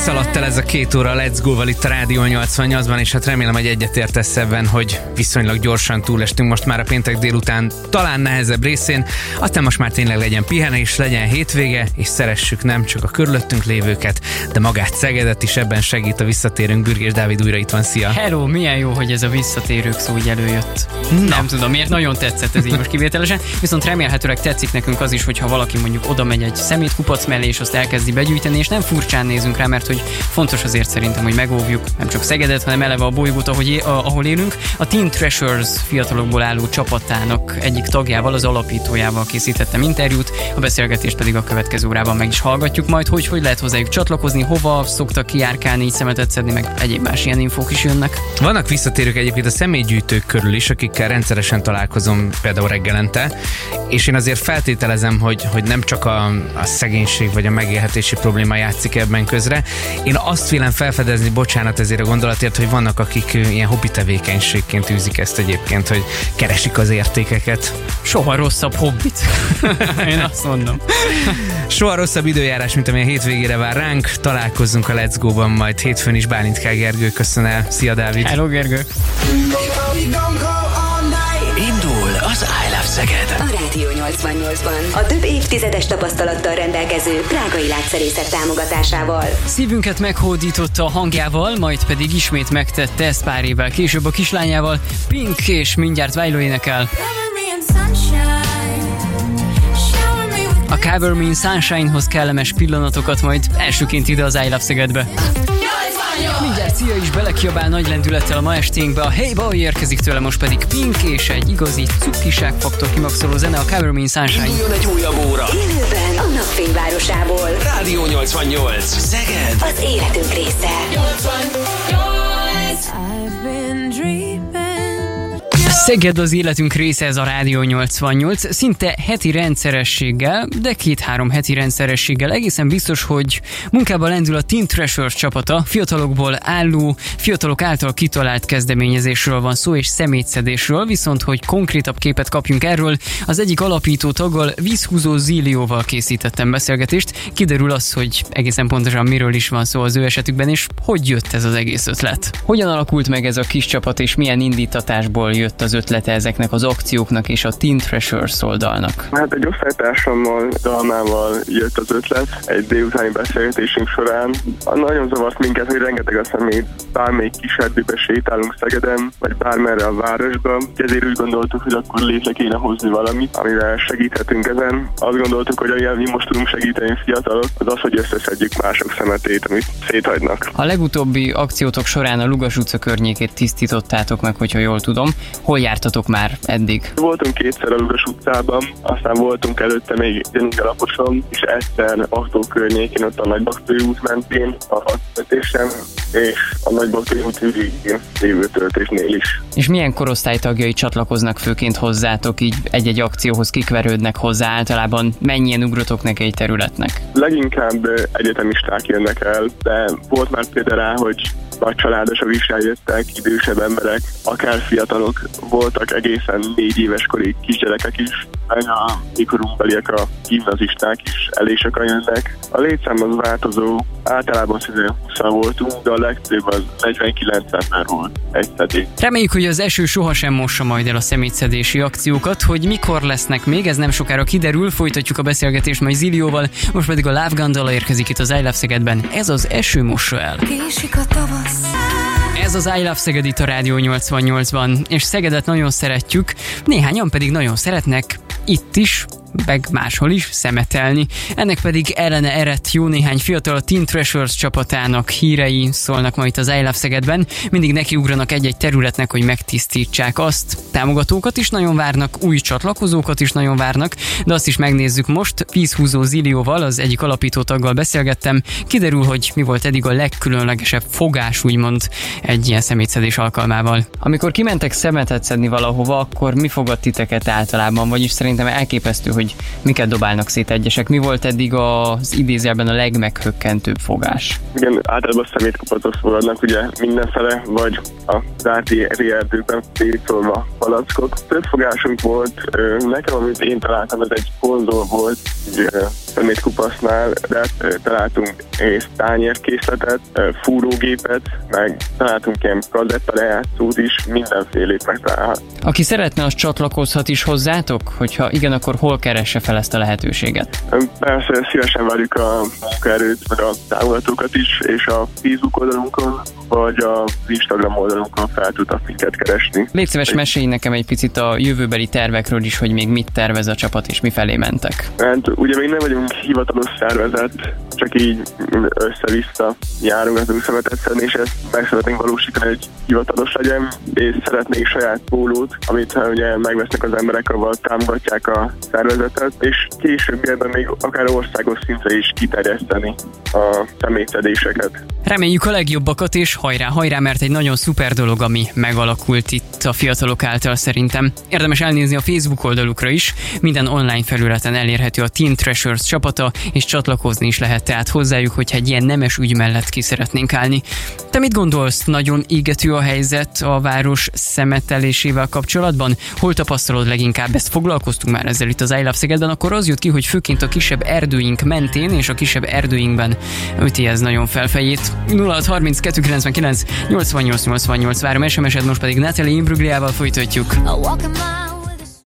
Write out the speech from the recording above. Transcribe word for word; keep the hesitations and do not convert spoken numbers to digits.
Megszaladt el ez a két óra Let's Go-val itt a Rádió nyolcvannyolcban, és hát remélem, hogy egyetértesz ebben, hogy viszonylag gyorsan túlestünk most már a péntek délután talán nehezebb részén. Aztán most már tényleg legyen pihenés, legyen hétvége, és szeressük nem csak a körülöttünk lévőket, de magát Szegedet is. Ebben segít a visszatérünk. Bürgés Dávid újra itt van, szia! Hello, milyen jó, hogy ez a visszatérők szó így előjött. Na. Nem tudom miért, nagyon tetszett ez így most kivételesen, viszont remélhetőleg tetszik nekünk az is, hogyha valaki mondjuk oda megy egy szemétkupac mellé, és azt elkezdi begyűjteni, és nem furcsán nézünk rá, mert hogy fontos azért szerintem, hogy megóvjuk nem csak Szegedet, hanem eleve a bolygót, ahogy, ahol élünk. A Teen Treasures fiatalokból álló csapatának egyik tagjával, az alapítójával készítettem interjút, a beszélgetést pedig a következő órában meg is hallgatjuk majd, hogy hogy lehet hozzájuk csatlakozni, hova szoktak kijárkálni, így szemetet szedni, meg egyéb más ilyen infók is jönnek. Vannak visszatérők egyébként a személygyűjtők körül is, akikkel rendszeresen találkozom például reggelente, és én azért feltételezem, hogy, hogy nem csak a, a szegénység vagy a megélhetési probléma játszik ebben közre. Én azt vélem felfedezni, bocsánat ezért a gondolatért, hogy vannak, akik ilyen hobbi tevékenységként űzik ezt egyébként, hogy keresik az értékeket. Soha rosszabb hobbit. Én azt mondom. Soha rosszabb időjárás, mint amilyen hétvégére vár ránk. Találkozzunk a Let's Go-ban majd hétfőn is. Bálint K. Gergő köszön el. Szia, Dávid! Hello, Gergő! Indul az I Love Szeged. A Rádió nyolcvannyolcban a több évtizedes tapasztalattal rendelkező Prágai Látszerészet támogatásával. Szívünket meghódította a hangjával, majd pedig ismét megtette ezt pár évvel később a kislányával. Pink, és mindjárt Vájló énekel. A Cover Me in Sunshine-hoz kellemes pillanatokat majd elsőként ide az I Love Szegedbe. Mindjárt Cia is belekiabál nagy lendülettel a ma esténkbe. A Hey Boy érkezik tőle, most pedig Pink, és egy igazi cukiságfaktor kimaxoló zene, a Cover Me in Sunshine. Induljon egy újabb óra. Élőben a napfényvárosából. Rádió nyolcvannyolc. Szeged. Az életünk része. nyolcvannyolc. I've been dreaming. Szeged az életünk része, ez a Rádió nyolcvannyolc, szinte heti rendszerességgel, de két-három heti rendszerességgel egészen biztos, hogy munkában lendül a Teen Treasures csapata, fiatalokból álló, fiatalok által kitalált kezdeményezésről van szó, és szemétszedésről, viszont hogy konkrétabb képet kapjunk erről, az egyik alapító taggal, Vízhúzó Zílióval készítettem beszélgetést. Kiderül az, hogy egészen pontosan miről is van szó az ő esetükben, és hogy jött ez az egész ötlet. Hogyan alakult meg ez a kis csapat, és milyen indítatásból jött az ötlete ezeknek az akcióknak és a Teen Treasures oldalnak? Hát egy osztálytársammal, Dalmával jött az ötlet egy délutáni beszélgetésünk során. Nagyon zavart minket, hogy rengeteg a szemét, bármelyik kis erdőbe sétálunk Szegeden, vagy bármerre a városba. Ezért úgy gondoltuk, hogy akkor létre kéne hozni valamit, amivel segíthetünk ezen. Azt gondoltuk, hogy amivel mi most tudunk segíteni fiatalok, az az, hogy összeszedjük mások szemetét, amit széthagynak. A legutóbbi akciótok során a Lugas utca környékét tisztítottátok meg, hogyha jól tudom. Hol jártatok már eddig? Voltunk kétszer a Lugas utcában, aztán voltunk előtte még Gyengelaposon, és egyszer Aktó környékén, ott a Nagybaktói út mentén a töltésem, és a Nagybaktói út végén lévő töltésnél is. És milyen korosztály tagjai csatlakoznak főként hozzátok, így egy-egy akcióhoz kikverődnek hozzá, általában mennyien ugrotok neki egy területnek? Leginkább egyetemisták jönnek el, de volt már például rá, hogy nagy családosok is eljöttek, idősebb emberek, akár fiatalok, voltak egészen négy éves korig kisgyerekek is, a mikorunkbeliek, a gimnazisták is elég sokan jönnek. A létszám az változó, általában húszan voltunk, de a legtöbb az negyvenkilenc ember volt egy szedély. Reméljük, hogy az eső sohasem mossa majd el a szemétszedési akciókat, hogy mikor lesznek még, ez nem sokára kiderül, folytatjuk a beszélgetést majd Zílióval, most pedig a Love Gun dala érkezik itt az I Love Szegedben, ez az Eső mossa el. Késik a tavasz. Ez az I Love Szeged itt a Rádió nyolcvannyolcban, és Szegedet nagyon szeretjük, néhányan pedig nagyon szeretnek itt is, meg máshol is szemetelni. Ennek pedig ellene eredt jó néhány fiatal a Teen Treasures csapatának hírei szólnak majd az I Love Szegedben. Mindig nekiugranak egy-egy területnek, hogy megtisztítsák azt. Támogatókat is nagyon várnak, új csatlakozókat is nagyon várnak, de azt is megnézzük most. Vízhúzó Zílióval, az egyik alapító taggal beszélgettem. Kiderül, hogy mi volt eddig a legkülönlegesebb fogás, úgymond, egy ilyen szemétszedés alkalmával. Amikor kimentek szemetet szedni valahova, akkor mi fogott titeket általában? Vagyis szerintem elképesztő, hogy miket dobálnak szét egyesek. Mi volt eddig az idézőjelben a legmeghökkentőbb fogás? Igen, általában szemétkupacok fogadnak ugye mindenfele, vagy a zárt erdőkben szétszórva palackok. Több fogásunk volt, nekem amit én találtam, ez egy konzol volt, egy szemétkupasznál, de találtunk egész tányérkészletet, fúrógépet, meg találtunk ilyen kazetta lejátszót is, mindenfélét megtalálhat. Aki szeretne, az csatlakozhat is hozzátok? Hogyha igen, akkor hol keresse fel ezt a lehetőséget? Persze szívesen várjuk a munkaerőt, meg a támogatókat is, és a Facebook oldalunkon, vagy az Instagram oldalunkon fel tudtak minket keresni. Légy szíves, mesélj nekem egy picit a jövőbeli tervekről is, hogy még mit tervez a csapat, és mifelé mentek. Hát ugye még nem vagyunk hivatalos szervezet, csak így össze-vissza járogatunk szemetet, és ezt meg szeretnénk valósítani, hogy hivatalos legyen, és szeretnénk saját pólót, amit ugye megvesznek az emberek, ahol támogatják a szervezetet, és későbbiekben még akár országos szintre is kiterjeszteni a szemétszedéseket. Reméljük a legjobbakat, és hajrá, hajrá, mert egy nagyon szuper dolog, ami megalakult itt a fiatalok által szerintem. Érdemes elnézni a Facebook oldalukra is, minden online felületen elérhető a Teen Treasures csapata, és csatlakozni is lehet tehát hozzájuk, hogyha egy ilyen nemes ügy mellett ki szeretnénk állni. Te mit gondolsz, nagyon égető a helyzet a város szemetelésével kapcsolatban? Hol tapasztalod leginkább ezt? Foglalkoztunk már ezzel itt az I Love Szegedben, akkor az jött ki, hogy főként a kisebb erdőink mentén és a kisebb erdőinkben üti ez nagyon felfejét. nulla hat harminckettő kilencvenkilenc nyolcvannyolc nyolcvannyolc várom es em es-ed, most pedig Natalie Imbruglia-val folytatjuk.